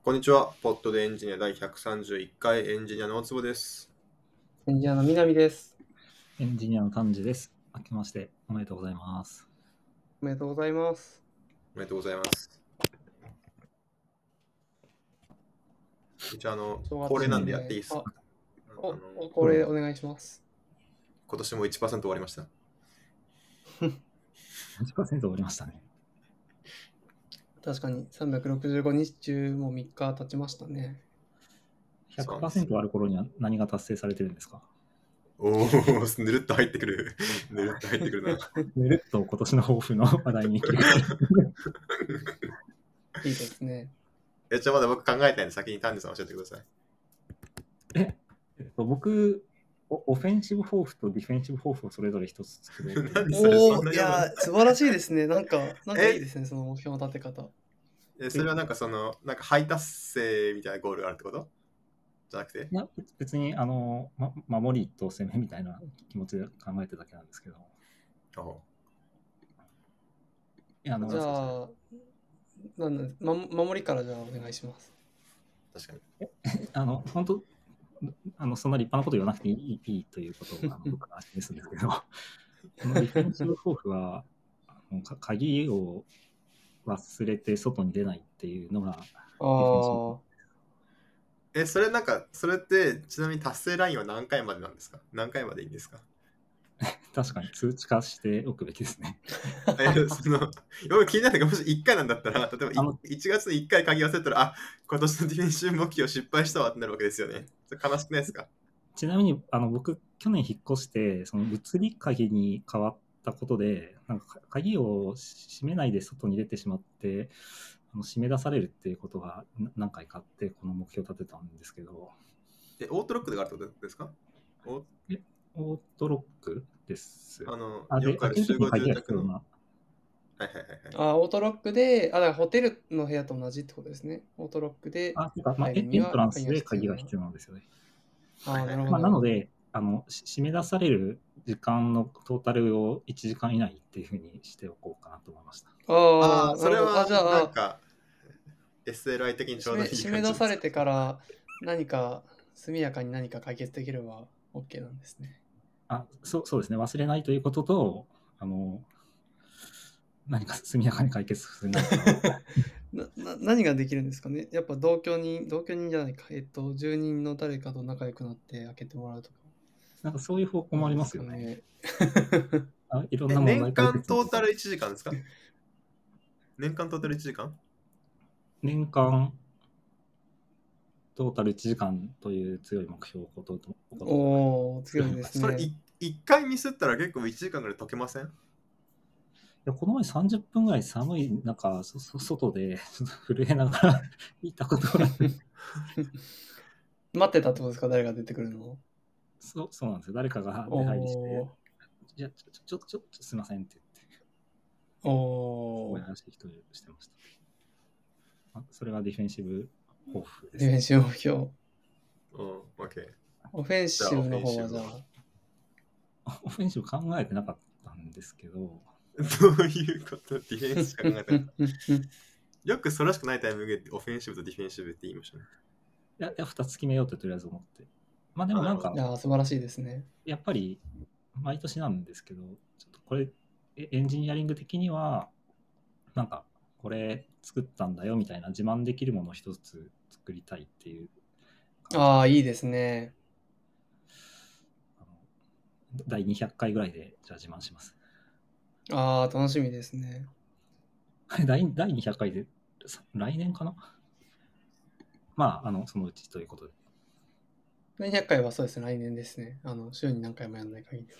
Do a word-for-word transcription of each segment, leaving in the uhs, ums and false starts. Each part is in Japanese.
こんにちは。ポッドでエンジニア第ひゃくさんじゅういっかいエンジニアの大坪です。 エンジニアの南です。 エンジニアの丹治です。明けましておめでとうございます。 おめでとうございます。 おめでとうございます。一応あの、恒例なんでやっていいですか？ あおお恒例お願いします。 今年も いちパーセント 終わりました。 いちパーセント 終わりましたね。 確かにさんびゃくろくじゅうごにち中もうみっか経ちましたね。 ひゃくパーセント ある頃には何が達成されてるんですか？ おお、ぬるっと入ってくる。ぬるっと入ってくるな。 ぬるっと今年の抱負の話題に切り替いいですね。 え、じゃあまだ僕考えたいんで先に丹治さん教えてください。 え、えっと、僕オ、オフェンシブ抱負とディフェンシブ抱負をそれぞれ一つ作ろうと何それそんなおお、いや、素晴らしいですね。なんか、なんかいいですね、その目標の立て方。 え、それはなんかその、なんか排達成みたいなゴールがあるってことじゃなくて？ いや、別にあの、ま、守りと攻めみたいな気持ちで考えてるだけなんですけど。 おいやあのじゃあ、なんだ、ま、守りからじゃあお願いします。 確かに。 あの、本当あのそんな立派なこと言わなくていい、いいということをあの僕は示すんですけど、このディフェンシブ抱負は、あのか鍵を忘れて外に出ないっていうのがディフェンシブ。 え、それなんか、それってちなみに達成ラインは何回までなんですか？何回までいいんですか？ 確かに通知化しておくべきですね。 えその気になるのが、もしいっかいなんだったら、例えばいちがつにいっかい鍵忘れたら、あ、今年のディフェンシブ目標失敗したわってなるわけですよね。それ悲しくないですか？ ちなみにあの僕、去年引っ越して、その物理鍵に変わったことで、なんか鍵を閉めないで外に出てしまって、あの締め出されるっていうことが何回かあって、この目標を立てたんですけど。 え、オートロックであるってことですか？ オートロックです。 あの、 あ、で、 よくある集合住宅の。はいはいはいはい。 あ、オートロックで、あ、だからホテルの部屋と同じってことですね。オートロックで、 あ、てか、まあ、エントランスで鍵が必要なんですよね。 あ、なるほど。 まあ、なので、あの、締め出される時間のトータルをいちじかん以内っていうふうにしておこうかなと思いました。 ああ、それはなんか エスエルアイ 的にちょうどいい感じです。 締め出されてから何か速やかに何か解決できれば OK なんですね。 あ、そう、そうですね。忘れないということと、あの、何か速やかに解決するなな何ができるんですかね。やっぱ同居人、同居人じゃないか、えっと、住人の誰かと仲良くなって開けてもらうとか。 なんかそういう方法もありますよね。 ねあ、いろんな問題解決。年間トータルいちじかんですか？年間トータルいちじかん？ 年間トータルいちじかんという強い目標をこととおー、強いですね。 それいっかいミスったら結構いちじかんぐらい解けません？いや、この前さんじゅっぷんぐらい寒い中、そそ外で震えながらいたことが待ってたってことですか？誰が出てくるの？ そうそうなんですよ。誰かが出入りして、いや、ちょ、ちょ、ちょ、ちょ、すいませんって言って、 おー、 すごい話一人してました。それがディフェンシブ抱負です。 ディフェンシブ目標。 うん、OK。 オフェンシブの方はじゃあ。オフェンシブ考えてなかったんですけど。 どういうこと？ディフェンスしか考えてなかった。よくそれしかないタイミングでオフェンシブとディフェンシブって言いましたね。 いや、いやふたつ決めようってとりあえず思って。まあでもなんか、 いや、素晴らしいですね。 やっぱり毎年なんですけど、ちょっとこれエンジニアリング的にはなんかこれ作ったんだよみたいな自慢できるものを一つ作りたいっていう。 ああ、いいですね。 あのだいにひゃっかいぐらいでじゃあ自慢します。 ああ、楽しみですね。 だいにひゃっかいで来年かな。まあ、あのそのうちということで。 だいにひゃっかいはそうですね、来年ですね。あの週に何回もやらない限りは。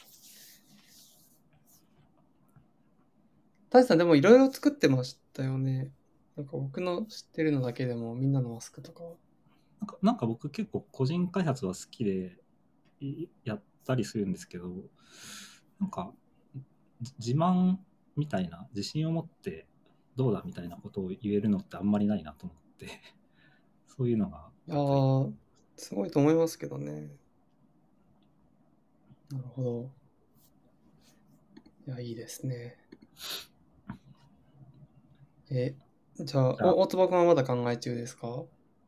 タイさん、でもいろいろ作ってましたよね。なんか僕の知ってるのだけでもみんなのマスクとか。 なんかなんか僕結構個人開発は好きでやったりするんですけど、なんか自慢みたいな、自信を持ってどうだみたいなことを言えるのってあんまりないなと思って、そういうのが。 ああ、すごいと思いますけどね。なるほど。いや、いいですね。え、じゃあ、お大坪君はまだ考え中ですか？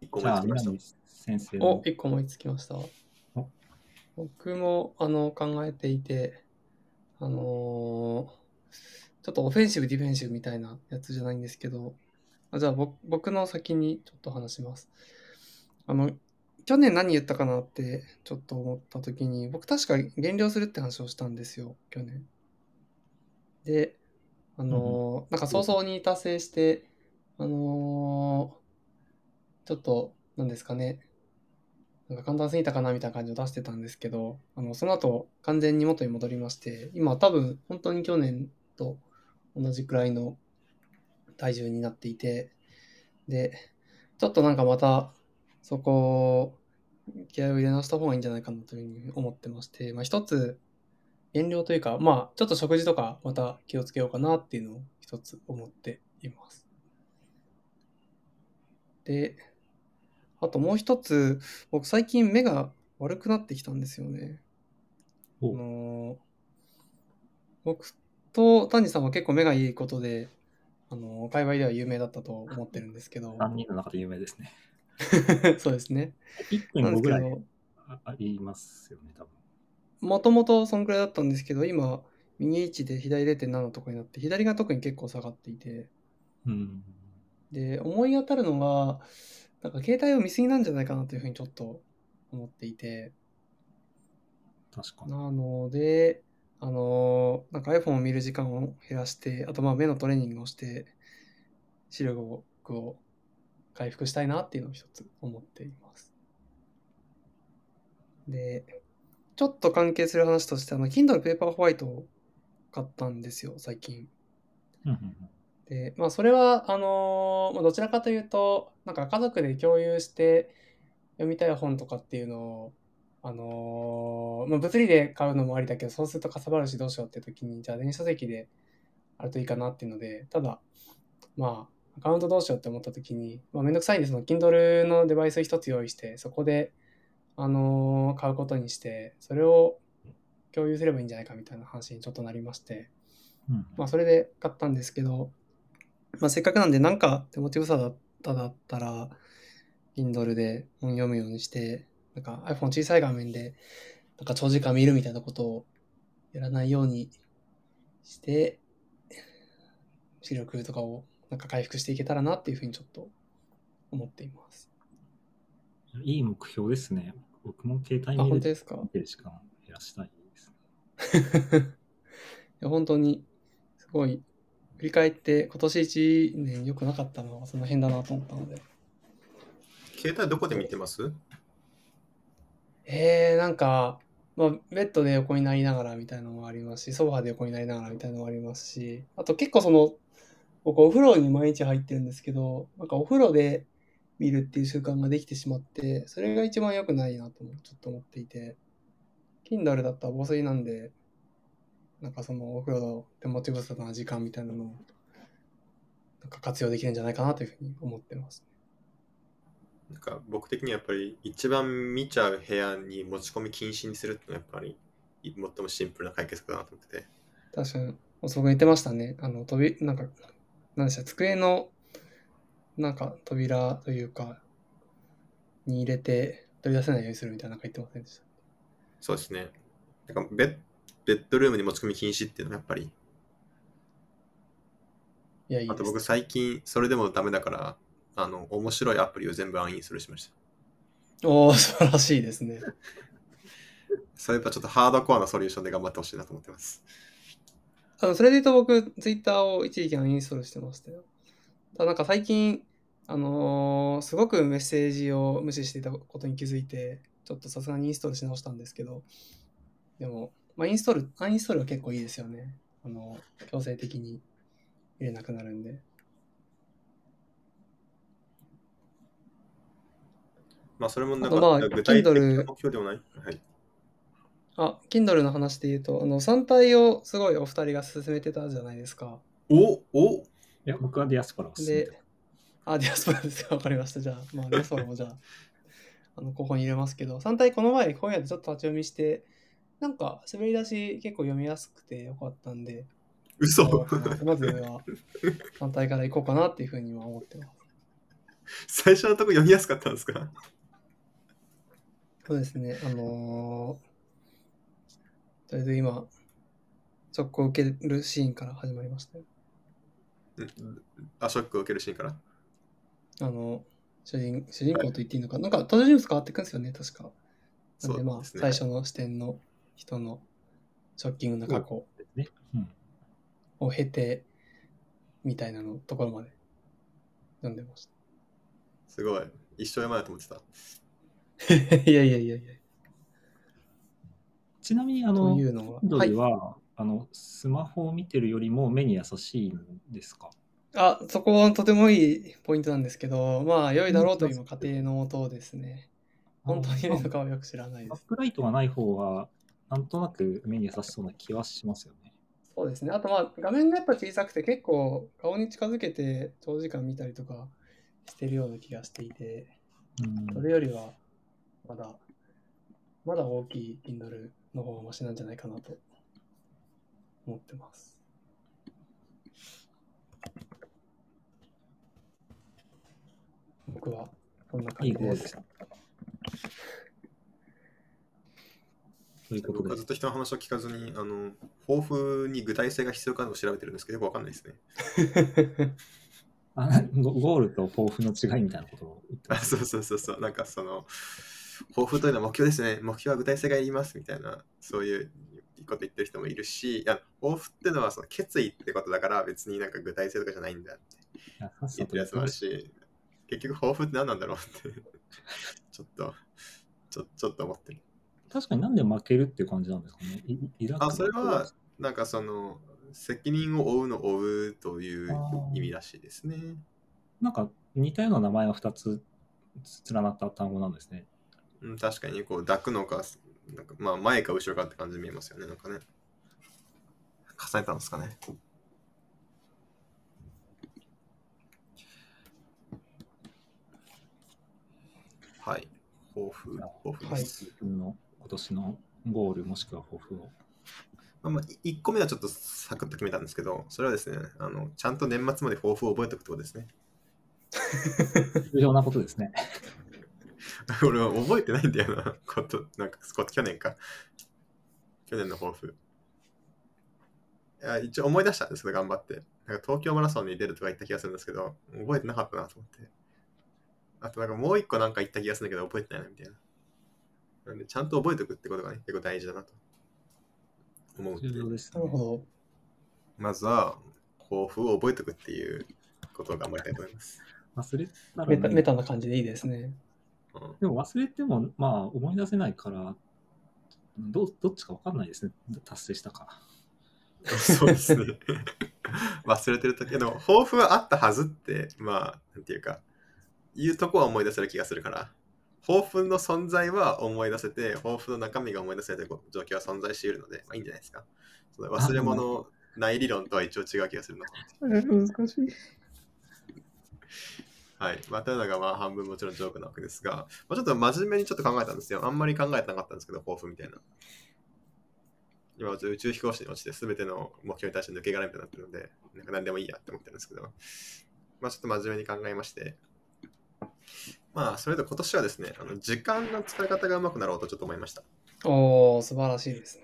一個じゃあ、 思いつきました。 南先生お、 の。 一個思いつきました。 お僕もあの考えていて、あのーちょっとオフェンシブ、ディフェンシブみたいなやつじゃないんですけど、あじゃあ僕僕の先にちょっと話します。あの、去年何言ったかなってちょっと思った時に、僕確か減量するって話をしたんですよ、去年。で、あのーなんか早々に達成して、あのーちょっと、なんですかね、なんか簡単すぎたかなみたいな感じを出してたんですけど、あの、その後完全に元に戻りまして、今多分本当に去年と同じくらいの体重になっていて、で、ちょっとなんかまたそこを気合を入れ直した方がいいんじゃないかなというふうに思ってまして、まあ一つ減量というか、まあちょっと食事とかまた気をつけようかなっていうのを一つ思っています。で、あともう一つ、僕最近目が悪くなってきたんですよね。あおの僕と丹治さんは結構目がいいことで、あの界隈では有名だったと思ってるんですけど、 さんにんの中で有名ですね。 そうですね。 いってなんんごぐらいですけど、 あありますよね、多分。 もともとそんくらいだったんですけど、今、右いちで左 れいてんなな とかになって、左が特に結構下がっていて、 うん。 で、思い当たるのが、なんか携帯を見過ぎなんじゃないかなというふうにちょっと思っていて、 確かに。 なので、あの、なんか iPhone を見る時間を減らして、あとまあ目のトレーニングをして、視力を回復したいなっていうのを一つ思っています。で、ちょっと関係する話として、あの、Kindle Paperwhite を買ったんですよ、最近。 うんうんうんで、まあ、それは、あのーまあ、どちらかというと、なんか家族で共有して読みたい本とかっていうのを、あのーまあ、物理で買うのもありだけど、そうするとかさばるしどうしようって時に、じゃあ電子書籍であるといいかなっていうので、ただ、まあ、アカウントどうしようって思った時に、まあ、めんどくさいんで、その Kindle のデバイス一つ用意して、そこで、あのー買うことにして、それを共有すればいいんじゃないかみたいな話にちょっとなりまして、 うんまあ、それで買ったんですけど、まあ、せっかくなんで、なんか手持ち無沙汰だったら、Kindle で本読むようにして、なんか iPhone 小さい画面で、なんか長時間見るみたいなことをやらないようにして、視力とかをなんか回復していけたらなっていうふうにちょっと思っています。 いい目標ですね。僕も携帯あ、 見る本当ですか？ 見てる時間を減らしたいですね。 いや本当に、すごい、振り返って今年いちねん良くなかったのはその辺だなと思ったので。 携帯どこで見てます？ えー、なんか、まあ、ベッドで横になりながらみたいなのもありますし、ソファーで横になりながらみたいなのもありますし、あと結構その、僕お風呂に毎日入ってるんですけど、なんかお風呂で見るっていう習慣ができてしまって、それが一番良くないなともちょっと思っていて、Kindle だったら防水なんで、なんかそのお風呂の手持ち無沙汰な時間みたいなのをなんか活用できるんじゃないかなというふうに思ってます。 なんか僕的にはやっぱり一番見ちゃう部屋に持ち込み禁止にするっていうのはやっぱり最もシンプルな解決だなと思ってて。 確かに、おそこ言ってましたね。あの、飛び、なんか、なんでした、机のなんか扉というか、に入れて取り出せないようにするみたいななんか言ってませんでした。 そうですね。なんかベッベッドルームに持ち込み禁止っていうのはやっぱり。 いや、いいあと僕です。 最近それでもダメだから、あの、面白いアプリを全部アンインストールしました。 おー、素晴らしいですね。 それとちょっとハードコアなソリューションで頑張ってほしいなと思ってます。 あの、それで言うと僕、ツイッターを一時期アンインストールしてましたよ。ただなんか最近、あのーすごくメッセージを無視していたことに気づいて、ちょっとさすがにインストールし直したんですけど、でも、まあ、インストール、アンインストールは結構いいですよね。あの、強制的に入れなくなるんで。 まあそれもなんあとまあか具体的な Kindle 目標でもない。はい。 あ、Kindle の話で言うと、あの、さん体をすごいお二人が勧めてたじゃないですか。 おおいや、僕はディアスポラを進めてで、あ、ディアスポラですよ。わかりました。じゃあ、まあ、ディアスポラもじゃあ、あの、ここに入れますけど、さん体この前本屋でちょっと立ち読みして、なんか滑り出し結構読みやすくてよかったんで、 嘘買おうかなとまずはさん体から行こうかなっていうふうには思ってます。 最初のとこ読みやすかったんですか？ そうですね。あのー、とりあえず今、ショックを受けるシーンから始まりましたよ。 あ、ショックを受けるシーンから。 あの、主人主人公と言っていいのか、はい、なんか登場人物変わっていくんですよね、確か。なんでまあ、ね、最初の視点の人のショッキングな過去を経て、みたいなのところまで読んでました。 すごい。一生読まないと思ってた。 いやいやいやいや。 ちなみに、あの、 というのは、 Kindle は、はい、あの、スマホを見てるよりも目に優しいんですか？ あ、そこはとてもいいポイントなんですけど、まあ、良いだろうという過程のもとですね。本当に良いのかはよく知らないです。 バックライトがない方が、なんとなく目に優しそうな気はしますよね。 そうですね。あと、まあ、画面がやっぱ小さくて、結構顔に近づけて長時間見たりとかしてるような気がしていて、うん、それよりは、まだ、まだ大きい Kindle の方がマシなんじゃないかなと思ってます。僕はこんな感じです。 いい僕はずっと人の話を聞かずに、あの、抱負に具体性が必要かを調べてるんですけど、よくわかんないですね。 あゴールと抱負の違いみたいなことを言ってます、 ね、あ、そうそうそうそう。なんかその、抱負というのは目標ですね。目標は具体性がいりますみたいな、そういうこと言ってる人もいるし、いや抱負っていうのはその決意ってことだから別になんか具体性とかじゃないんだって言ってるやつもあるし、結局抱負って何なんだろうってちょっとちょ、ちょっと思ってる。 確かになんで負けるっていう感じなんですかね。いいあ、それはなんかその責任を負うの負うという意味らしいですね。 なんか似たような名前がふたつ連なった単語なんですね。 うん、確かにこう抱くのか、なんかまあ前か後ろかって感じで見えますよね。なんかね。重ねたんですかね。はい。抱負。抱負です。 はい、の今年のゴールもしくは抱負を。 まあ、まあいっこめはちょっとサクッと決めたんですけど、それはですね、あのちゃんと年末まで抱負を覚えておくってことですね。 重要なことですね。 俺は覚えてないんだよな、こと、なんか去年か。去年の抱負。いや一応思い出したんですけど、頑張って。なんか東京マラソンに出るとか言った気がするんですけど、覚えてなかったなと思って。あとなんかもう一個なんか言った気がするんだけど、覚えてないなみたいな。なんで、ちゃんと覚えておくってことがね、結構大事だなと思うっていう。 なるほど。 まずは、抱負を覚えておくっていうことを頑張りたいと思います。 忘れたら、 ね、メタ、メタな感じでいいですね。 うん、でも忘れても、まあ思い出せないから、ど, どっちか分かんないですね。達成したか。 そうですね。忘れてるとき、でも抱負はあったはずって、まあ、なんていうか、いうとこは思い出せる気がするから、抱負の存在は思い出せて、抱負の中身が思い出せないという状況は存在しているので、まあいいんじゃないですか。その忘れ物ない理論とは一応違う気がするなと思って。 難しい。 はい。まあ、というのがまあ半分もちろんジョークなわけですが、まあ、ちょっと真面目にちょっと考えたんですよ。あんまり考えてなかったんですけど、抱負みたいな。今、宇宙飛行士に落ちて全ての目標に対して抜け殻みたいになってるので、なんか何でもいいやって思ってるんですけど、まあちょっと真面目に考えまして、まあそれで今年はですね、あの時間の使い方がうまくなろうとちょっと思いました。 おー、素晴らしいですね。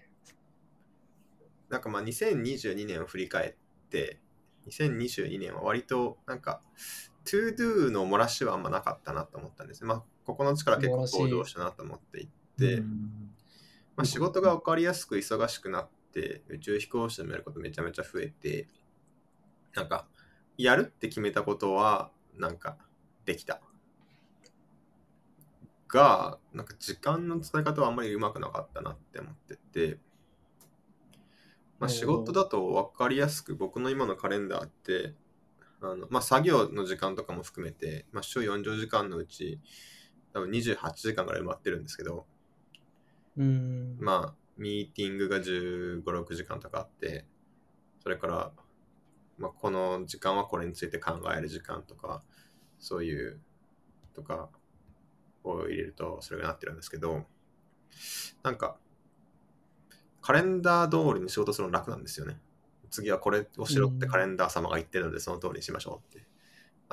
なんかまあにせんにじゅうにねんを振り返って、にせんにじゅうにねんは割となんか、トゥードゥの漏らしはあんまなかったなと思ったんですね。まあここの力結構向上したなと思っていて、まあ、仕事が分かりやすく忙しくなって、宇宙飛行士でもやることめちゃめちゃ増えて、なんか、やるって決めたことは、なんか、できた。が、なんか時間の使い方はあんまりうまくなかったなって思ってて、まあ、仕事だと分かりやすく僕の今のカレンダーって、あのまあ、作業の時間とかも含めて、まあ、週よんじゅうじかんのうち、多分にじゅうはちじかんぐらい埋まってるんですけど、 うんまあ、ミーティングがじゅうご、ろくじかんとかあって、それから、まあ、この時間はこれについて考える時間とか、そういうとかを入れるとそれがなってるんですけど、なんか、カレンダー通りに仕事するの楽なんですよね。次はこれをしろってカレンダー様が言ってるので、その通りにしましょうって。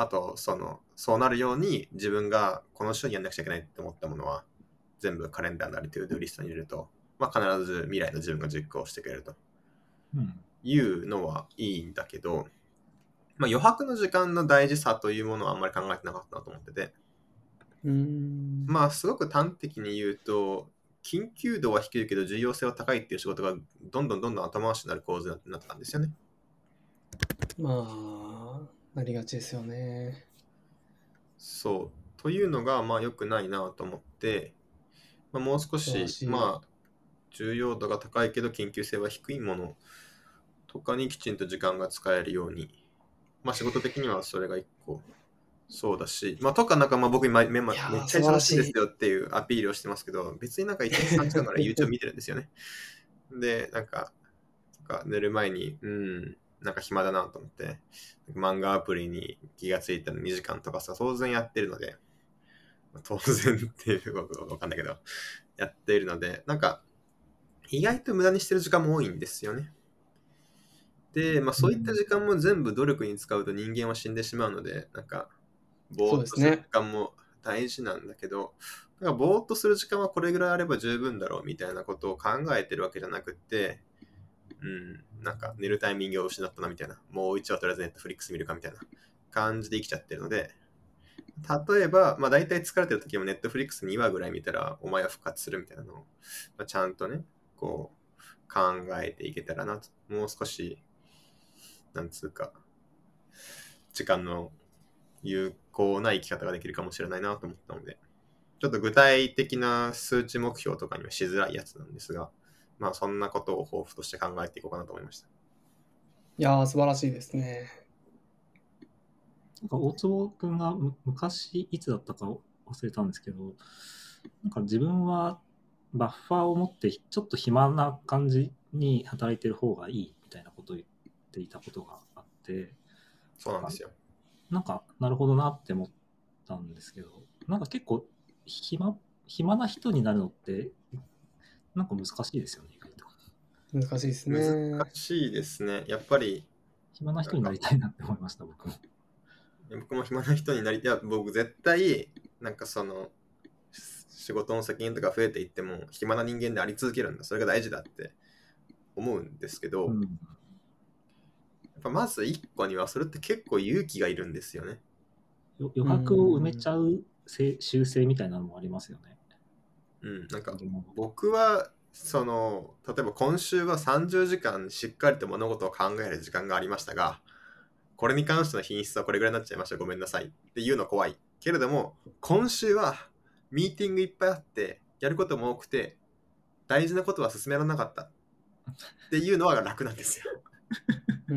あとそのそうなるように自分がこの週にやんなくちゃいけないって思ったものは全部カレンダーなりトゥードゥリストに入れると、まあ、必ず未来の自分が実行してくれるとうん。 いうのはいいんだけど、まあ、余白の時間の大事さというものはあんまり考えてなかったなと思ってて、 うーん。 まあすごく端的に言うと緊急度は低いけど重要性は高いっていう仕事がどんどんどんどん後回しになる構図になってたんですよね。 まあ、なりがちですよね。 そうというのがまあ良くないなと思って、まあ、もう少し素晴らしい。 まあ重要度が高いけど緊急性は低いものとかにきちんと時間が使えるように、まあ仕事的にはそれが一個そうだし、まあとかなんかまあ僕今めめっいやー、 ちゃ素晴らしい。 忙しいですよっていうアピールをしてますけど、別になんかいちにちさんじかんぐらい YouTube 見てるんですよね。で、なんか、なんか寝る前に、うん、なんか暇だなと思って、漫画アプリに気がついたのにじかんとかさ、当然やってるので、当然っていうことわかんないけど、やっているので、なんか、意外と無駄にしてる時間も多いんですよね。で、まあそういった時間も全部努力に使うと人間は死んでしまうので、なんか、ぼそうーっとする時ですね。 間も大事なんだけど、なんかぼーっとする時間はこれぐらいあれば十分だろうみたいなことを考えてるわけじゃなくって、うん、なんか寝るタイミングを失ったなみたいな、もう一話とりあえずネットフリックス見るかみたいな感じで生きちゃってるので、例えば、まあ大体疲れてる時もネットフリックスにわぐらい見たらお前は復活するみたいなのを、まあ、ちゃんとね、こう考えていけたらなと、もう少し、なんつうか、時間の有効な生き方ができるかもしれないなと思ったので、ちょっと具体的な数値目標とかにはしづらいやつなんですが、まあそんなことを抱負として考えていこうかなと思いました。 いやー、素晴らしいですね。 なんか大坪君がむ昔いつだったか忘れたんですけど、なんか自分はバッファーを持ってちょっと暇な感じに働いてる方がいいみたいなことを言っていたことがあって、 そうなんですよ。 なんかなるほどなって思ったんですけど、なんか結構暇暇な人になるのってなんか難しいですよね、意外と。 難しいですね。 難しいですね。やっぱり、 暇な人になりたいなって思いました、僕も。 僕も暇な人になり、いや、僕絶対、なんかその、仕事の責任とか増えていっても、暇な人間であり続けるんだ。それが大事だって思うんですけど、 うん、 やっぱまず一個には、それって結構勇気がいるんですよね。 よ余白を埋めちゃうせ習性みたいなのもありますよね。 うん、なんかでも僕は、その、例えば今週はさんじゅうじかんしっかりと物事を考える時間がありましたが、これに関しての品質はこれぐらいになっちゃいました。ごめんなさい。っていうの怖い。けれども、今週はミーティングいっぱいあって、やることも多くて、大事なことは進められなかった。っていうのは楽なんですよ。 うん。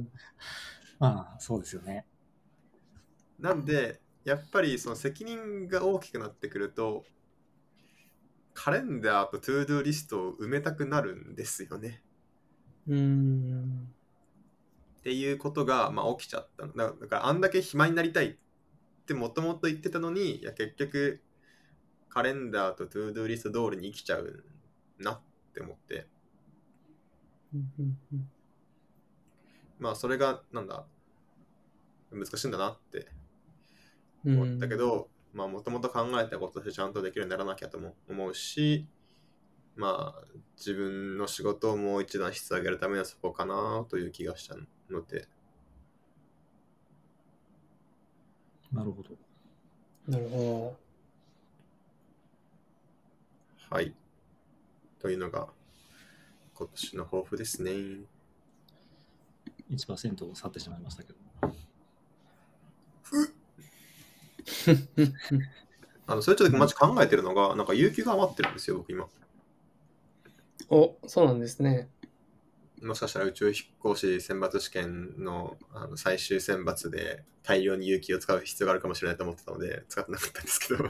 まあ、そうですよね。 なんで、やっぱりその責任が大きくなってくると、カレンダーとトゥードゥーリストを埋めたくなるんですよね。 うん。 っていうことが、まあ、起きちゃったの。だからあんだけ暇になりたいってもともと言ってたのに、いや結局カレンダーとトゥードゥーリスト通りに生きちゃうなって思って、 うんうんうんまあそれがなんだ難しいんだなってうん思ったけど、まあもともと考えたこととしてちゃんとできるようにならなきゃとも思うし、まあ自分の仕事をもう一段質上げるためにはそこかなという気がしたので、 なるほど。 なるほはい。というのが今年の抱負ですね。 いちパーセント 去ってしまいましたけど。 ど。 あのそれちょっとマジ考えてるのが、なんか有給が余ってるんですよ、僕今。 お、そうなんですね。 もしかしたら宇宙飛行士選抜試験 の, あの最終選抜で大量に有給を使う必要があるかもしれないと思ってたので、使ってなかったんですけど。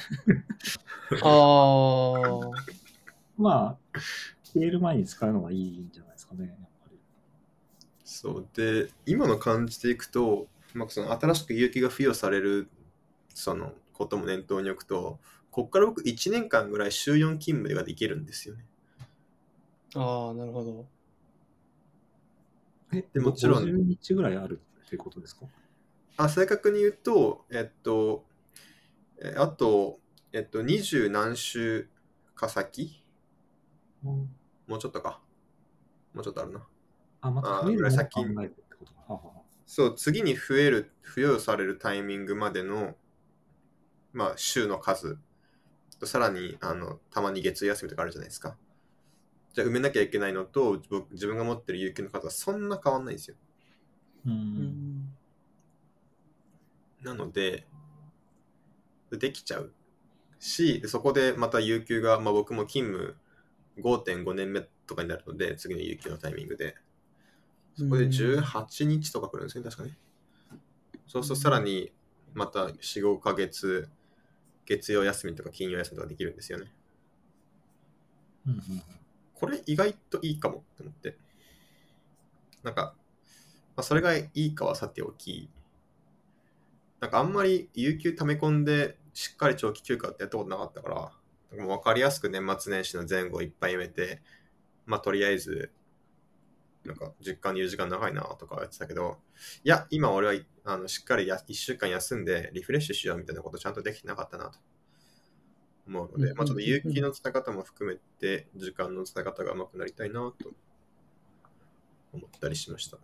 ああ。 まあ、消える前に使うのがいいんじゃないですかね、やっぱり。 そうで、今の感じでいくと、まあ、その新しく有給が付与されるそのことも念頭に置くと、ここから僕いちねんかんぐらい週よん勤務ができるんですよね。 ああ、なるほど。 え、 でもちろんごじゅうにちぐらいあるっていうことですか？ あ、正確に言うと、えっと、えあと、えっと、二十何週か先うんもうちょっとか。もうちょっとあるな。 あ、またあーぐ増えるのもらい先、 考えてってことか。はははそう、次に増える、付与されるタイミングまでの、まあ、週の数と、さらに、あの、たまに月曜休みとかあるじゃないですか。じゃあ、埋めなきゃいけないのと、僕自分が持ってる有給の数はそんな変わんないんですよ。 う。 うんん。 なので、できちゃうし、そこでまた有給が、まあ、僕も勤務ごてんごねんめとかになるので、次の有給のタイミングで、そこでじゅうはちにちとか来るんですね、確かね。そうするとさらにまたよん、ごかげつ、月曜休みとか金曜休みとかできるんですよね。 うんうんこれ意外といいかもって思って。なんか、まあ、それがいいかはさておき、なんかあんまり有給溜め込んでしっかり長期休暇ってやったことなかったから、なんかもう分かりやすく年末年始の前後いっぱい埋めて、まあとりあえず、なんか実家にいる時間長いなとかやってたけど、いや、今俺はあのしっかりやいっしゅうかん休んでリフレッシュしようみたいなことちゃんとできてなかったなと思うので、 うんまあちょっと有給うんの使い方も含めて、時間の使い方が上手くなりたいなと思ったりしました。 い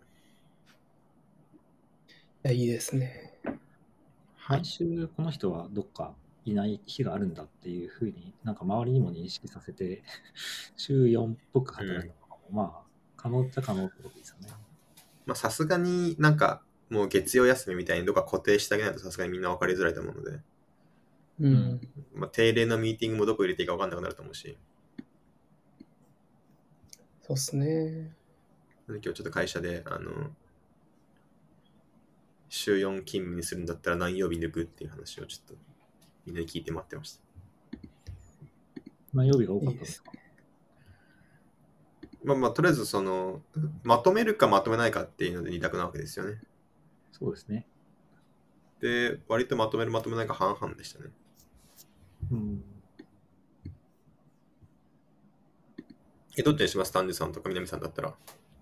や、いいですね。 はい毎。週この人はどっかいない日があるんだっていうふうになんか周りにも認識させて週よんっぽく働くのかも、まあ可能っちゃ可能ってことですよね。 まあさすがになんかもう月曜休みみたいにどっか固定してあげないとさすがにみんな分かりづらいと思うので、 うん。 うんまあ、定例のミーティングもどこ入れていいか分かんなくなると思うし、 そうっすね。 今日ちょっと会社であの週よん勤務にするんだったら何曜日抜くっていう話をちょっとみんなに聞いて待ってました。 何曜日が多かいいですすったんでか。 まあまあとりあえずそのまとめるかまとめないかっていうので二択なわけですよね。 そうですね。 で、割とまとめるまとめないか半々でしたね。 うん。 え、どっちにします丹治さんとか南さんだったら。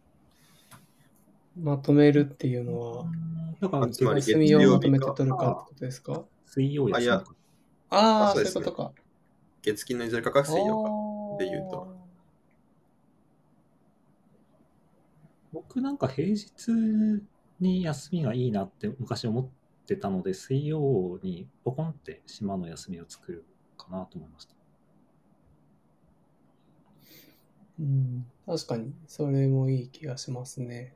まとめるっていうのは、 だからあつまり休みをまとめて月曜日か取るかってことですか？ 水曜あ、いや、 休みか。 ああ、 そうですねそういうことか。 月金のいずれかかあ水曜かで言うと。 あ。 僕なんか平日に休みがいいなって昔思ってたので、水曜にポコンって島の休みを作るかなと思いました。 うん、確かに、それもいい気がしますね。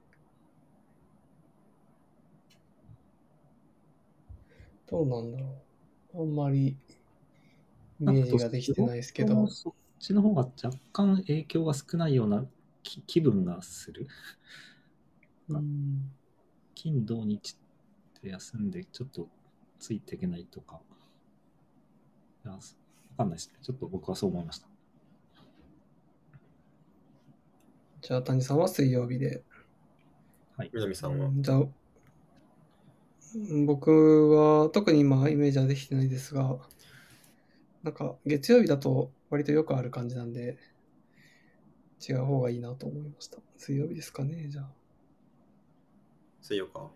どうなんだろう。あんまりイメージなんかとができてないですけ仕事もど。 そっちの方が若干影響が少ないような気気分がする。 うん、 金土日って休んでちょっとついていけないとか。いや、わかんないですね。ちょっと僕はそう思いました。 じゃあ、谷さんは水曜日で。 はい。 南さんは。 うんじゃあ、僕は特に今イメージはできてないですが、なんか月曜日だと割とよくある感じなんで、違う方がいいなと思いました。水曜日ですかね、じゃあ。 水曜か。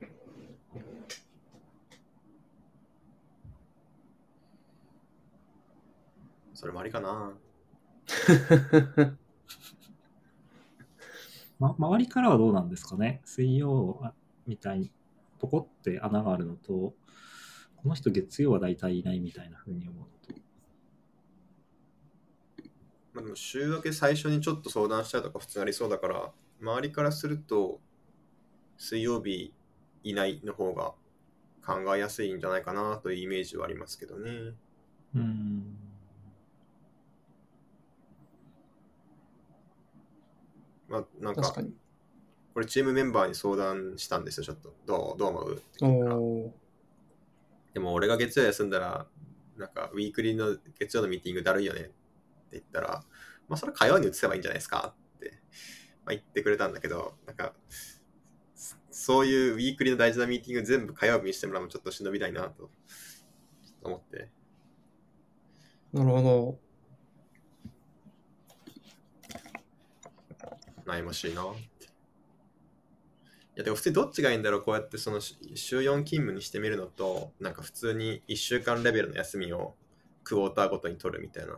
それもありかな。 ま、周りからはどうなんですかね。水曜みたいにポコって穴があるのと、この人月曜は大体いないみたいな風に思うのと。 まあ、でも週明け最初にちょっと相談したりとか普通にありそうだから、周りからすると水曜日いないの方が考えやすいんじゃないかなというイメージはありますけどね。 うーん。 まあなんか確かに。 これチームメンバーに相談したんですよ、ちょっと。どうどう思うってお聞いたら。 おでも俺が月曜休んだら、なんかウィークリーの月曜のミーティングだるいよねって言ったら、まあそれ火曜に移せばいいんじゃないですかって、まあ、言ってくれたんだけど、なんかそういうウィークリーの大事なミーティング全部火曜日にしてもらうのちょっと忍びたいなと思って。 ー、なるほど。 悩ましいなって。 や、でも普通にどっちがいいんだろう、こうやってそのし週よん勤務にしてみるのと、なんか普通にいっしゅうかんレベルの休みをクォーターごとに取るみたいな。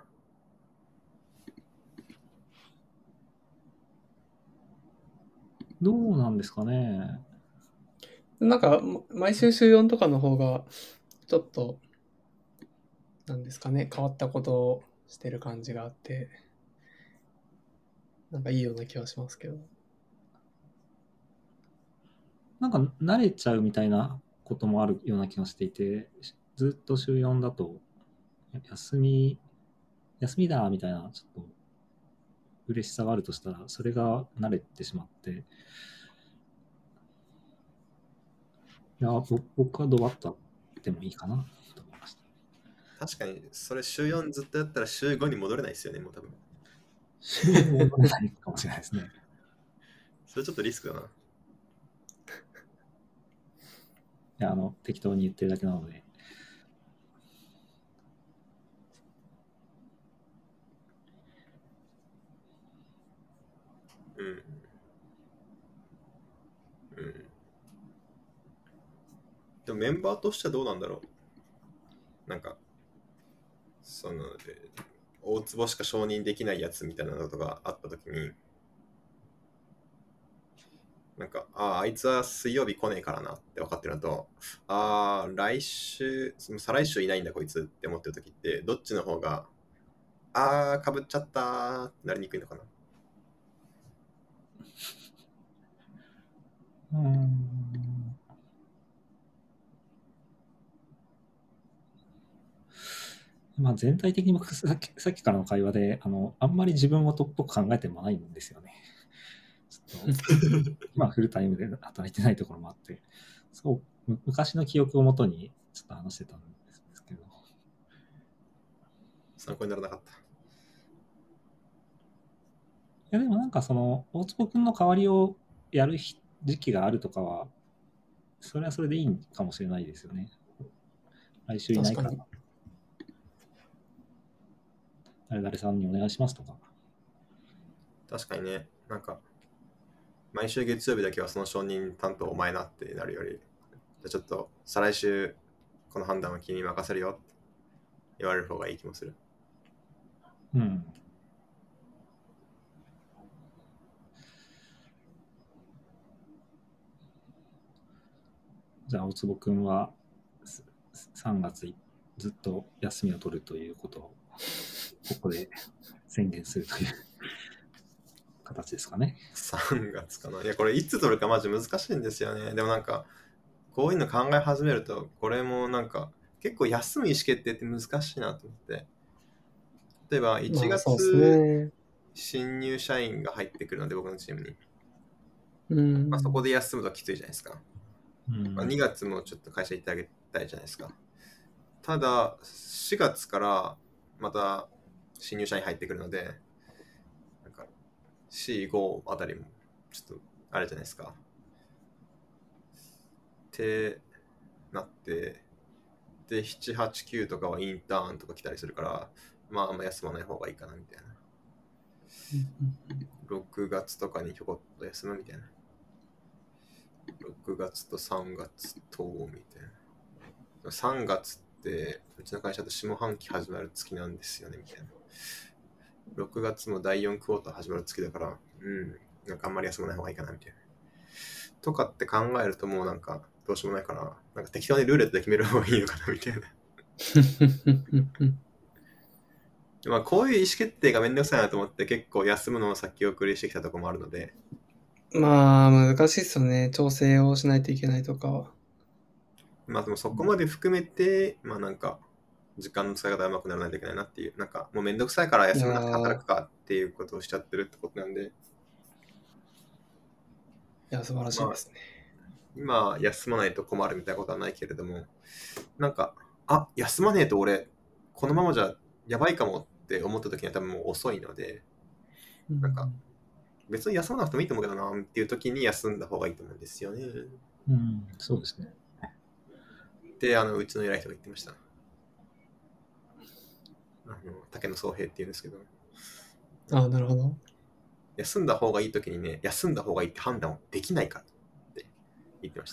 どうなんですかね。 なんか、ま毎週週よんとかの方が、ちょっと、なんですかね、変わったことをしてる感じがあって、なんかいいような気はしますけど。 なんか慣れちゃうみたいなこともあるような気がしていて、ずっと週よんだと、休み、休みだみたいな、ちょっと嬉しさがあるとしたら、それが慣れてしまって、いや、ぼ僕はドバッとあってもいいかなと思いました。 確かに、それ週よんずっとやったら週ごに戻れないですよね、もう多分。 週ごに戻れないかもしれないですね。 それちょっとリスクだな。 いや、あの、適当に言ってるだけなので。 うん。うん。でもメンバーとしてはどうなんだろう。なんか、その、で大坪しか承認できないやつみたいなことがあったときに、なんか、ああ、あいつは水曜日来ねえからなって分かってるのと、ああ、来週、その再来週いないんだこいつって思ってるときって、どっちの方が、ああ、かぶっちゃったーってなりにくいのかな。 うーん。まあ、全体的に僕さっき、さっきからの会話で、あの、あんまり自分をトップと考えてもないんですよね。ちょっと今フルタイムで働いてないところもあって、そう、む昔の記憶をもとにちょっと話してたんですけど。 参考にならなかった。 いや、でもなんかその、大坪君の代わりをやる日時期があるとかは、それはそれでいいかもしれないですよね。来週いないから確かに。 誰々さんにお願いしますとか。 確かにね、なんか、毎週月曜日だけはその承認担当お前なってなるより、じゃあちょっと再来週この判断は君に任せるよって言われる方がいい気もする。 うん。じゃあ、大坪君はすさんがつずっと休みを取るということを、ここで宣言するという形ですかね。 さんがつかな。いや、これいつ取るかマジ難しいんですよね。でもなんか、こういうの考え始めると、これもなんか、結構休む意思決定って難しいなと思って。例えば1 まあ、そうです月、 ね。 新入社員が入ってくるので、僕のチームに。 うん。 まあ、そこで休むときついじゃないですか。 うんまあ、にがつもちょっと会社行ってあげたいじゃないですか。ただ、しがつからまた新入社員入ってくるので、なんか シーご あたりもちょっとあれじゃないですか。ってなって、で、なな、はち、きゅうとかはインターンとか来たりするから、まああんま休まない方がいいかなみたいな。ろくがつとかにちょこっと休むみたいな。ろくがつとさんがつとみたいな。さんがつってうちの会社と下半期始まる月なんですよねみたいな。ろくがつもだいよんクォーター始まる月だから、うん、なんかあんまり休まない方がいいかなみたいな。とかって考えるともうなんかどうしようもないから、なんか適当にルーレットで決める方がいいのかなみたいな。まあこういう意思決定がめんどくさいなと思って結構休むのを先送りしてきたところもあるので。 まあ、難しいっすよね。調整をしないといけないとかは。 まあでもそこまで含めて、まあなんか、時間の使い方がうまくならないといけないなっていう、なんかもうめんどくさいから休まなくて働くかっていうことをしちゃってるってことなんで、 いや、素晴らしいですね。 まあ今休まないと困るみたいなことはないけれども、なんか、あ、休まねえと俺、このままじゃやばいかもって思った時には多分もう遅いので、なんか別に休まなくてもいいと思うけどなっていう時に休んだ方がいいと思うんですよね。 うん、そうですね。 で、あの、うちの偉い人が言ってました。あの、竹野宗平っていうんですけど、 ああ、なるほど。 休んだ方がいい時にね、休んだ方がいいって判断をできないからって言ってました。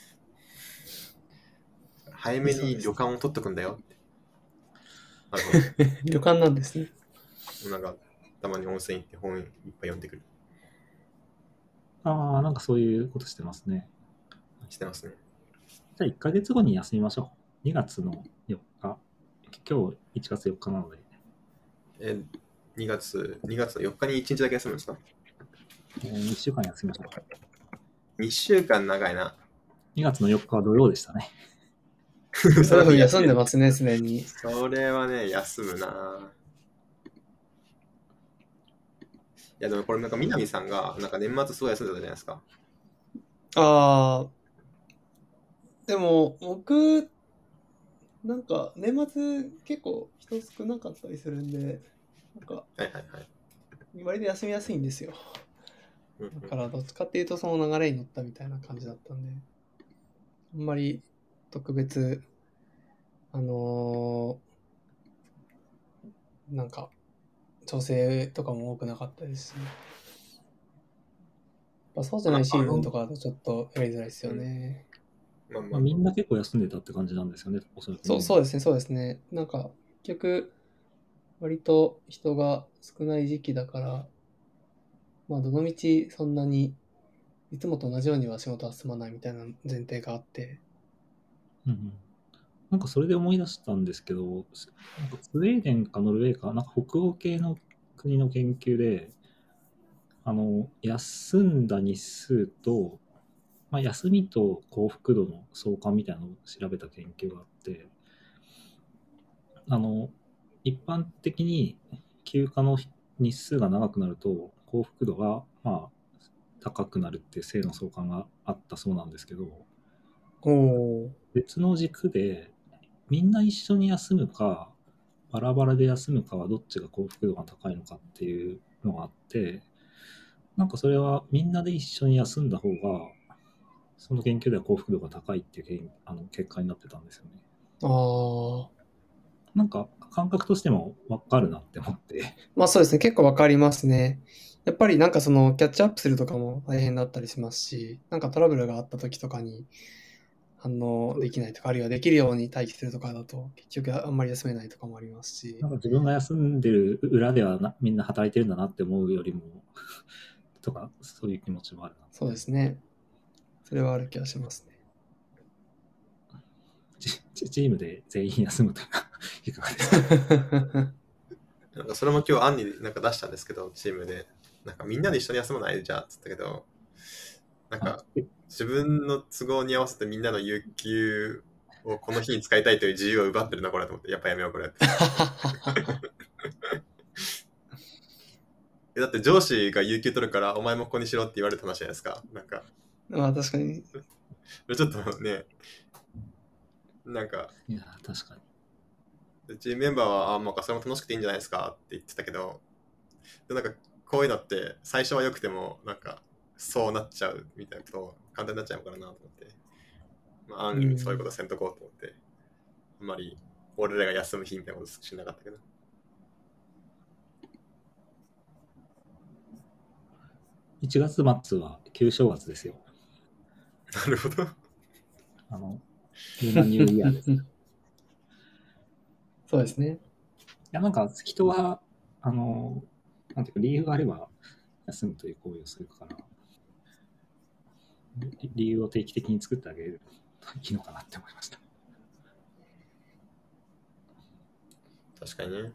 早めに旅館を取っとくんだよって。なるほ旅館なんですね。 ど。なんか、たまに温泉行って本いっぱい読んでくる。 ああ、なんかそういうことしてますね。 してますね。 じゃあいっかげつごに休みましょう。にがつのよっか。今日いちがつよっかなので。 え、にがつ、にがつのよっかにいちにちだけ休むんですか？ えー、いっしゅうかん休みましょう。 にしゅうかん長いな。 にがつのよっかは土曜でしたね。 それ休んでますね、すでに。 それはね、休むな。いやでもこれなんか南さんがなんか年末すごい休んでたじゃないですか。 ああ、でも僕、なんか年末結構人少なかったりするんで、なんかはいはいはい。 割と休みやすいんですよ。 うんうんだからどっちかっていうとその流れに乗ったみたいな感じだったんで、あんまり特別、あのーなんか調整とかも多くなかったですし、やっぱそうじゃないシーズンとかだとちょっとやりづらいですよね。 まあまあまあ、みんな結構休んでたって感じなんですよね、おそらく、ね。 そうそうですね、そうですね。なんか結局、割と人が少ない時期だから、まあどの道そんなにいつもと同じようには仕事は進まないみたいな前提があって。 うんうん、なんかそれで思い出したんですけど、なんかスウェーデンかノルウェーか、なんか北欧系の国の研究で、あの休んだ日数と、まあ、休みと幸福度の相関みたいなのを調べた研究があって、あの一般的に休暇の日数が長くなると幸福度がまあ高くなるっていう正の相関があったそうなんですけど、 お別の軸でみんな一緒に休むかバラバラで休むかはどっちが幸福度が高いのかっていうのがあって、なんかそれはみんなで一緒に休んだ方がその研究では幸福度が高いっていうあの結果になってたんですよね。 ああ。 なんか感覚としても分かるなって思って。 まあそうですね、結構わかりますね。やっぱりなんかそのキャッチアップするとかも大変だったりしますし、なんかトラブルがあった時とかに反応できないとか、あるいはできるように待機するとかだと結局あんまり休めないとかもありますし。 なんか自分が休んでる裏ではなみんな働いてるんだなって思うよりもとかそういう気持ちもあるな。 そうですね。それはある気がしますね。 チ, チームで全員休むというのはいかがですか？ なんかそれも今日案になんか出したんですけど、チームでなんかみんなで一緒に休まないじゃんっつったけど、なんか自分の都合に合わせてみんなの有給をこの日に使いたいという自由を奪ってるなこれと思って、やっぱやめようこれって。だって上司が有給取るからお前もここにしろって言われた話じゃないですか。なんかまあ確かに。 ちょっとね、なんかいや確かにうちメンバーはあまあそれも楽しくていいんじゃないですかって言ってたけど、でなんかこういうのって最初は良くてもなんかそうなっちゃうみたいなこと簡単になっちゃうのかなと思って、まあ、安易にそういうことせんとこうと思って、あんまり俺らが休む日みたいなことしなかったけど。 いちがつ末は旧正月ですよ。 なるほど。 あのルーナニューイヤーです。いそうですね。 やなんか人はあのなんていうか理由があれば休むという行為をするから理由を定期的に作ってあげるといいのかなって思いました。 確かにね。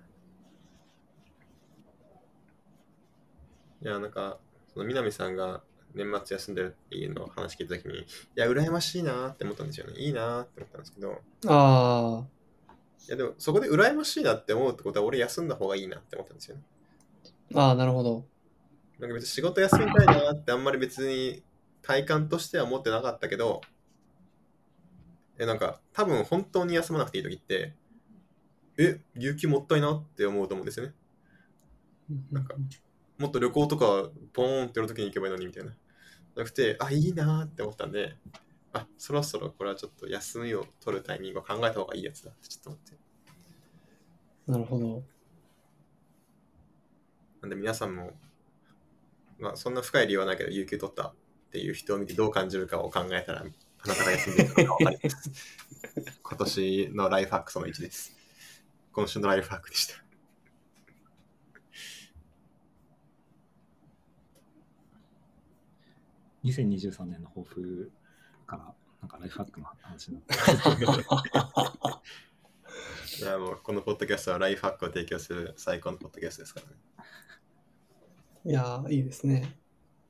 いやなんかその南さんが年末休んでるっていうのを話聞いたときに、いや羨ましいなって思ったんですよね。いいなって思ったんですけど、 ああ。 いやでもそこで羨ましいなって思うってことは俺休んだ方がいいなって思ったんですよね。 ああ、なるほど。 なんか別に仕事休みたいなってあんまり別に体感としては思ってなかったけど、えなんか多分本当に休まなくていい時って、え、有給もったいなって思うと思うんですよね。なんかもっと旅行とかポーンってやる時に行けばいいのにみたいな。なくて、あ、いいなって思ったんで、あ、そろそろこれはちょっと休みを取るタイミングを考えた方がいいやつだってちょっと思って。 なるほど。 なんで皆さんも、まあそんな深い理由はないけど、有給取ったっていう人を見てどう感じるかを考えたら、あなたが休んでいるのが分かります。今年のライフハックそのいちです。今週のライフハックでした。 にせんにじゅうさんねんの抱負からなんかライフハックの話になっていやもうこのポッドキャストはライフハックを提供する最高のポッドキャストですからね。 いやー、いいですね。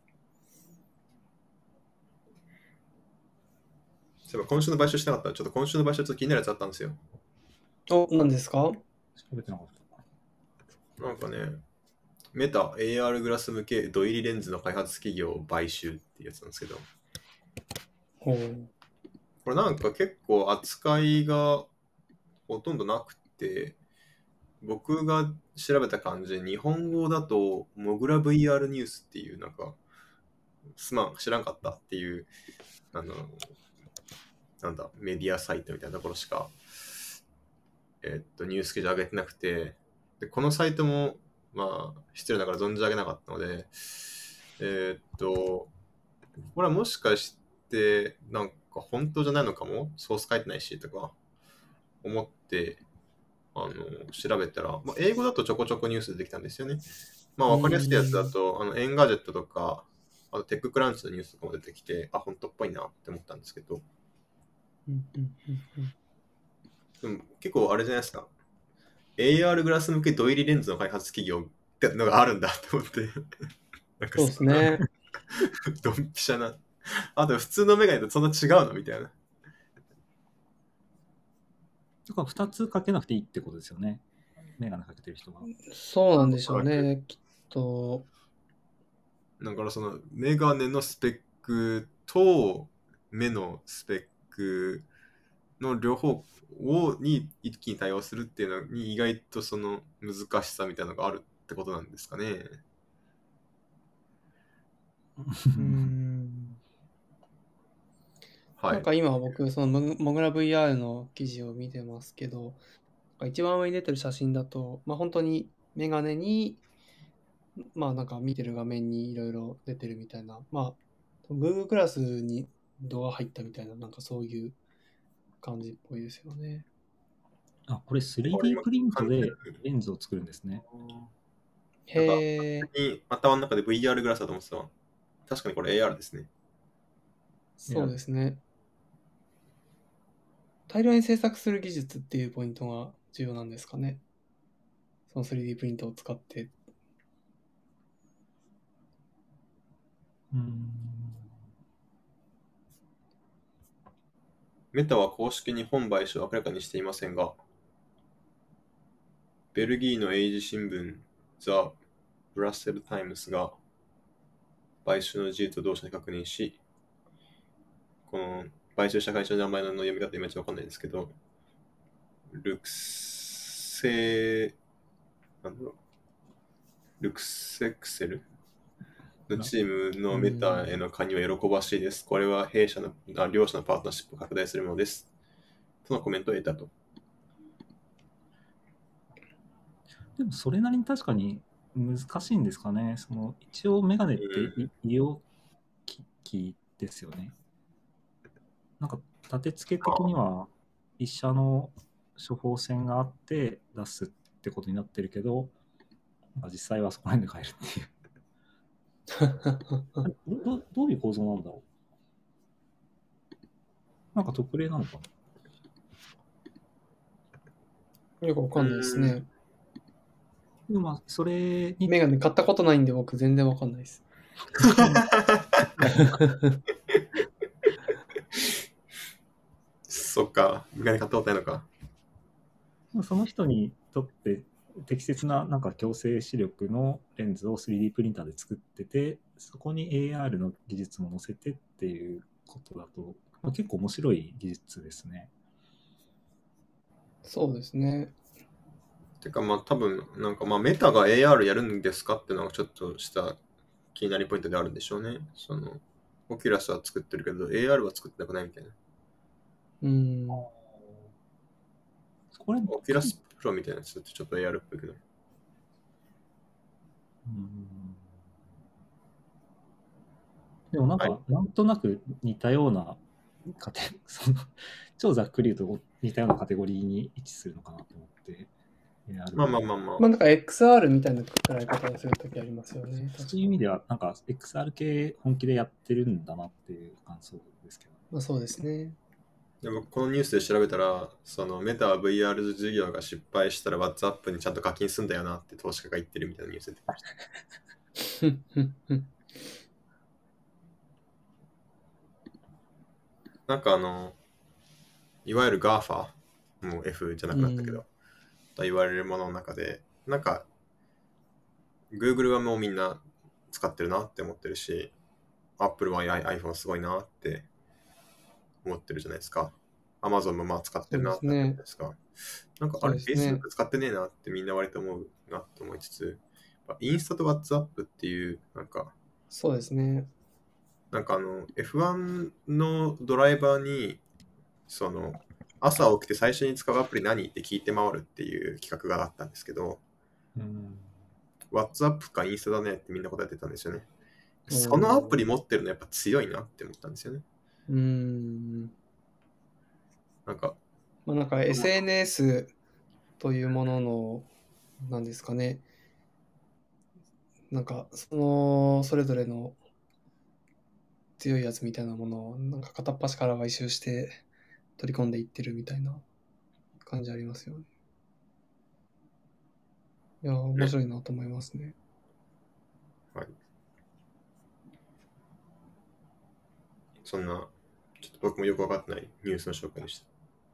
そういえば今週の買収してなかったら、ちょっと今週の買収ちょっと気になるやつあったんですよ。 お、何ですか？ 調べてなかった。 なんかね、メタ エーアール グラス向け土入りレンズの開発企業を買収っていうやつなんですけど、 ほう。 これなんか結構扱いがほとんどなくて、僕が調べた感じ、日本語だとモグラ ブイアール ニュースっていうなんか、すまん、知らんかったっていう、あの、なんだ、メディアサイトみたいなところしか、えっと、ニュース記事上げてなくて、で、このサイトも、まあ、失礼ながら存じ上げなかったので、えーっと、これはもしかして、なんか本当じゃないのかも、ソース書いてないしとか思って、あの、調べたら、まあ、英語だとちょこちょこニュース出てきたんですよね。まあ、わかりやすいやつだと、あの、エンガジェットとか、あとテッククランチのニュースとかも出てきて、あ、本当っぽいなって思ったんですけど、 うんうんうんうんでも結構あれじゃないですか。エーアール グラス向け土入りレンズの開発企業ってのがあるんだと思って。なんかそうですね。 ドンピシャな。あと普通のメガネとそんな違うのみたいな。 だからふたつかけなくていいってことですよね。メガネかけてる人が。 そうなんでしょうね、きっと。 だからそのメガネのスペックと目のスペックの両方をに一気に対応するっていうのに意外とその難しさみたいなのがあるってことなんですかね。 うーん。 はい。 なんか今僕、そのモグモグラ ブイアール の記事を見てますけど、一番上に出てる写真だと、まあ本当にメガネに、まあなんか見てる画面にいろいろ出てるみたいな、まあ Google クラスに動画入ったみたいな、なんかそういう感じっぽいですよね。 あ、これ スリーディー プリントでレンズを作るんですね。 へえ、 に頭の中で ブイアール グラスだと思ってたわ。確かにこれ エーアール ですね。 そうですね。大量に制作する技術っていうポイントが重要なんですかね。その スリーディー プリントを使って。 うーん。 メタは公式に本買収を明らかにしていませんが、ベルギーの英字新聞ザ・ブラッセル・タイムスが買収の事実を同社に確認し、この買収した会社の名前の読み方いまいちわかんないんですけど、ルクセ、なんだろう、ルクセクセルのチームのメタへの加入は喜ばしいです。これは弊社のあ両社のパートナーシップを拡大するものです。とのコメントを得たと。 でもそれなりに確かに難しいんですかね。その一応メガネってうん医療機器ですよね。なんか立て付け的には一社の処方箋があって出すってことになってるけど、なんか実際はそこら辺で買えるっていう。あれどどどういう構造なんだろう。なんか特例なのかな。 よくわかんないですね。 でもまあそれにメガネ買ったことないんで僕全然わかんないです。 そっか、メガネ買ったことないのか。 その人にとって適切ななんか矯正視力のレンズを スリーディー プリンターで作ってて、そこに エーアール の技術も載せてっていうことだと、まあ、結構面白い技術ですね。 そうですね。 てかまあ多分、なんかまあメタが エーアール やるんですかっていうのがちょっとした気になりポイントであるんでしょうね。その、オキュラスは作ってるけど エーアール は作ってなくないみたいな。 うん。 これオキュラスプロみたいなやつってちょっと エーアール っぽいけど。 うんでもなんか、 はなんとなく似たようなカテその超ざっくり言うと似たようなカテゴリーに位置するのかなと思って。 まあまあまあまあ。 まあなんか エックスアール みたいな捉え方をするときありますよね。 そういう意味では、なんか エックスアール 系本気でやってるんだなっていう感想ですけど。 まあそうですね。 でもこのニュースで調べたら、そのメタは ブイアール 事業が失敗したら WhatsApp にちゃんと課金すんだよなって投資家が言ってるみたいなニュース出てきました。なんかあの、いわゆる ガーファ、もう F じゃなくなったけど、 うんと言われるものの中で、なんか Google はもうみんな使ってるなって思ってるし、Apple は iPhone すごいなって思ってるじゃないですか。Amazon もまあ使ってるなって思ってるじゃないですか。なんかあれ、 そうですね Facebook 使ってねえなってみんな割と思うなって思いつつ、インスタと WhatsApp っていう、なんか、 そうですね。 なんかあの、エフワン のドライバーに、その、朝起きて最初に使うアプリ何って聞いて回るっていう企画があったんですけど、 うん、 WhatsApp かインスタだねってみんな答えてたんですよね。 おーそのアプリ持ってるのやっぱ強いなって思ったんですよね。 うーん。 なんか、 まあなんか エスエヌエス というものの、なんですかね。なんかその、それぞれの強いやつみたいなものを、なんか片っ端から買収して取り込んでいってるみたいな感じありますよね。いや、面白いなと思いますね。 はい。そんな、ちょっと僕もよくわかってないニュースの紹介でした。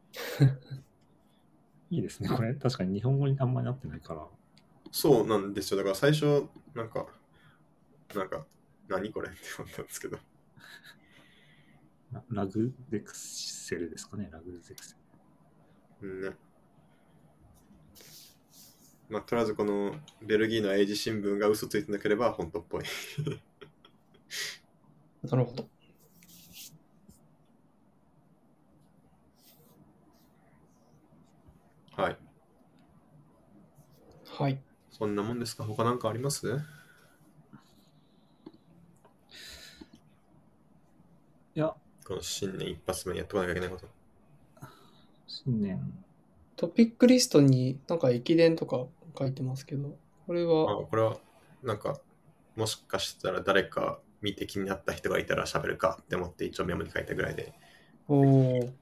いいですね。これ確かに日本語にあんまりなってないから。 そうなんですよ。だから最初、なんか、なんか、何これって思ったんですけど。 ララグゼクセルですかね、ラグゼクセうんね。まあ、とりあえずこのベルギーの英字新聞が嘘ついてなければ本当っぽい。 なるほど。 はい。 はい。 そんなもんですか？他なんかあります？ ル。いや、 この新年一発目にやっておかなきゃいけないこと。 新年。 トピックリストになんか駅伝とか書いてますけど、これあ、 は、 これは、なんか、もしかしたら誰か見て気になった人がいたら喋るかって思って一応メモに書いたぐらいで、 おー、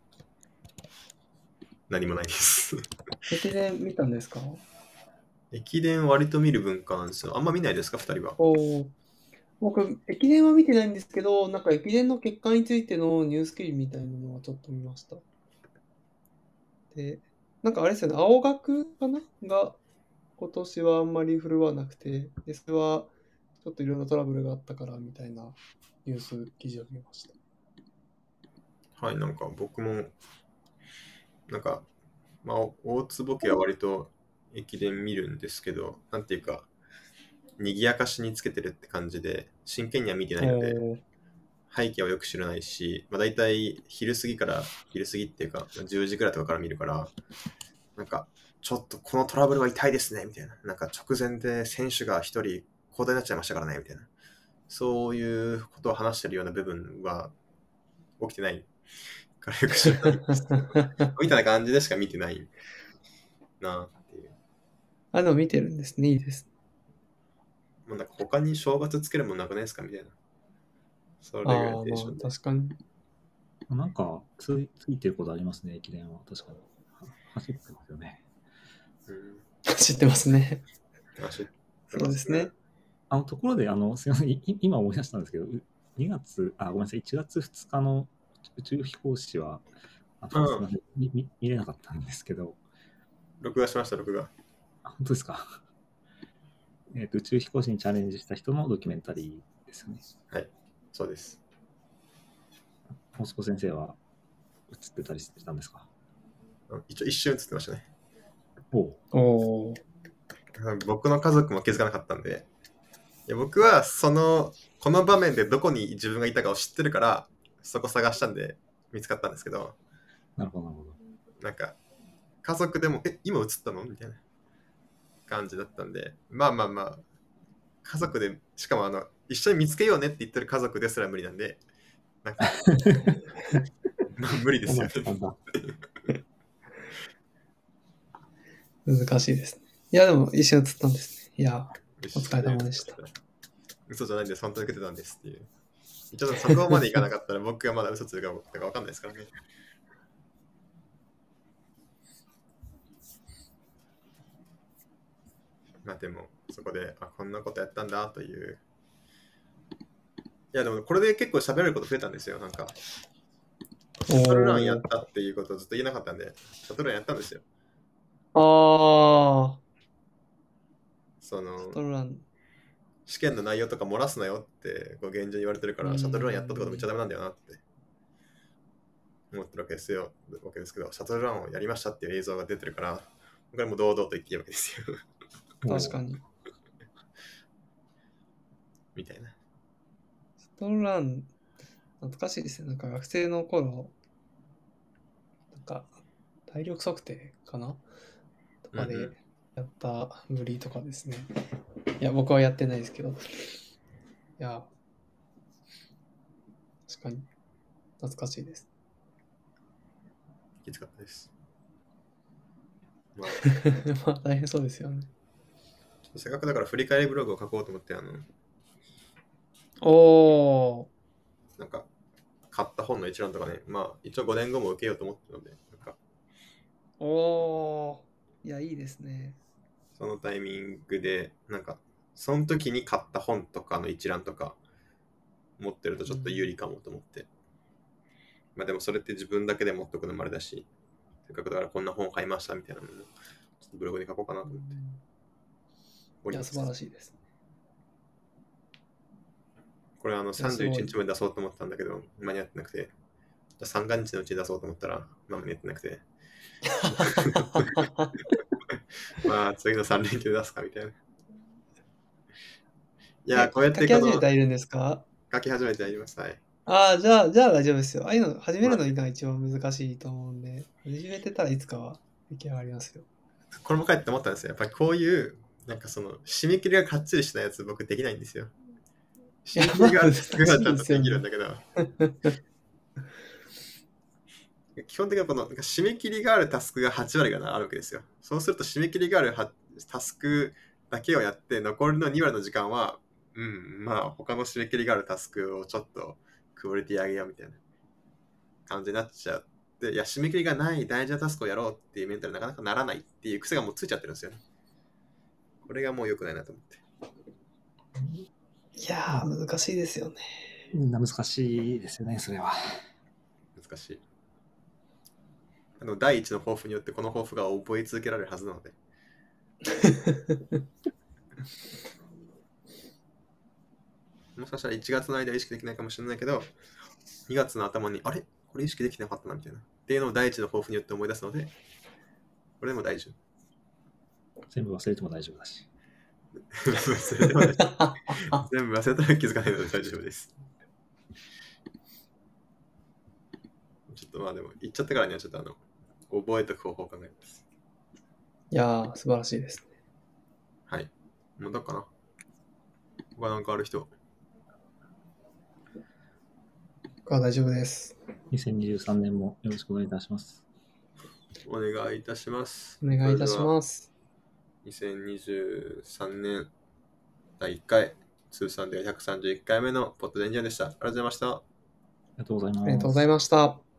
何もないです。 駅伝見たんですか？ 駅伝割と見る文化なんですよ。あんま見ないですか、二人は。 おー、僕、駅伝は見てないんですけど、なんか駅伝の結果についてのニュース記事みたいなのはちょっと見ました。で、なんかあれですよね、青学かなが今年はあんまり振るわなくて、で、それはちょっといろんなトラブルがあったからみたいなニュース記事を見ました。 はい、なんか僕も、なんか、まあ、大坪家は割と駅伝見るんですけど、なんていうか、賑やかしにつけてるって感じで、真剣には見てないので、 おー、 背景はよく知らないし、まあ、大体昼過ぎから、昼過ぎっていうか、じゅうじくらいとかから見るから、なんか、ちょっとこのトラブルは痛いですね、みたいな。なんか直前で選手が一人交代になっちゃいましたからね、みたいな。そういうことを話してるような部分は起きてないからよく知らないんですけど、みたいな感じでしか見てないなっていう。 あの、見てるんですね。いいです。 もうなんか他に正月つけるもんなくないですかみたいな。それぐらいああ、まあ、 のテンションで。 確かに。 なんかつい、ついてることありますね、駅伝は。確かに。は走ってますよね。 うん、 知ってますね。 走ってそうですね。 あのところで、あの、すみません、い今思い出したんですけど、うにがつ、あ、ごめんなさい、いちがつふつかの宇宙飛行士は、あうんすみません、見見見れなかったんですけど、 録画しました、録画。 あ本当ですか。えっと、宇宙飛行士にチャレンジした人のドキュメンタリーですよね。 はい、そうです。 大須先生は映ってたりしたんですか？ うん一応一瞬映ってましたね。 おうおー、 うん僕の家族も気づかなかったんで、いや僕はその、この場面でどこに自分がいたかを知ってるから、そこ探したんで見つかったんですけど、 なるほど、なるほど。 なんか、家族でも、え、今映ったのみたいな感じだったんで、まあまあまあ、家族で、しかもあの、 一緒に見つけようねって言ってる家族ですら無理なんで、なんかまあ無理ですよね。 なんだ難しいですね。いや、でも一緒に釣ったんですね。いや、お疲れ様でした。 嘘じゃないんです、本当に受けてたんですっていう。ちょっとそこまでいかなかったら僕がまだ嘘つくか分かんないですからね。まあでも、そこで、あ、こんなことやったんだという。いやでもこれで結構喋れること増えたんですよ。なんか、シャトルランやったっていうことをずっと言えなかったんで、シャトルランやったんですよ。 ああ。 その、 シャトルラン。 試験の内容とか漏らすなよってこう現状言われてるから、シャトルランやったってことめっちゃダメなんだよなって思ってるわけですよ。わけですけど、シャトルランをやりましたっていう映像が出てるから、僕はもう堂々と言っていいわけですよ。 確かに。 みたいな。 シャトルラン、懐かしいですね。なんか学生の頃、なんか体力測定かなとかでやったぶりとかですね。うんうん、いや、僕はやってないですけど。いや、確かに懐かしいです。 きつかったです。 まあ、まあ大変そうですよね。 せっかくだから振り返りブログを書こうと思って、あの、 おー。 なんか、買った本の一覧とかね、まあ、一応ごねんごも受けようと思ってるので、なんか、 おー。いや、いいですね。 そのタイミングで、なんか、その時に買った本とかの一覧とか持ってるとちょっと有利かもと思って。うん、まあでもそれって自分だけで持っとくのもあれだし、せっかくだからこんな本を買いましたみたいなのも、ちょっとブログに書こうかなと思って。 いや、素晴らしいです。 これあのさんじゅういちにちまで出そうと思ったんだけど、間に合ってなくて、三が日のうちに出そうと思ったら、まあ間に合ってなくて。まあ次のさん連休出すかみたいな。いや、こうやって書き始めてはいるんですか？ 書き始めてはいます。はい。 ああ、じゃあ、じゃあ大丈夫ですよ。ああいうの、始めるのが一番難しいと思うんで、始めてたらいつかは出来上がりますよ。 これも書いて思ったんですよ。やっぱりこういう、なんかその、締め切りがかっちりしたやつ、僕できないんですよ。締め切りがある作らちゃんとできるんだけど。基本的にこの締め切りがあるタスクがはち割があるわけですよ。そうすると締め切りがあるタスクだけをやって、残りのに割の時間は、うん、まあ他の締め切りがあるタスクをちょっとクオリティ上げようみたいな感じになっちゃって、いや、締め切りがない大事なタスクをやろうっていうメンタルなかなかならないっていう癖がもうついちゃってるんですよね。これがもう良くないなと思って。 いやー、難しいですよね。 難しいですよね、それは。 難しい。あの第一の抱負によってこの抱負が覚え続けられるはずなので。もしかしたらいちがつの間意識できないかもしれないけど、にがつの頭に、あれこれ意識できてなかったなみたいな。っていうのを第一の抱負によって思い出すので、これでも大丈夫。全部忘れても大丈夫だし。 忘れても大丈夫。全部忘れたら気づかないので大丈夫です。ちょっとまあでも、言っちゃってからにはちょっとあの、覚えておく方法を考えます。 いやー、素晴らしいですね。 はい。もうだかな。他なんかある人。 僕は大丈夫です。 にせんにじゅうさんねんもよろしくお願いいたします。 お願いいたします。 お願いいたします。 にせんにじゅうさんねんだいいっかい、通算でひゃくさんじゅういっかいめのポッドデンジャーでした。ありがとうございました。 ありがとうございます。 ありがとうございました。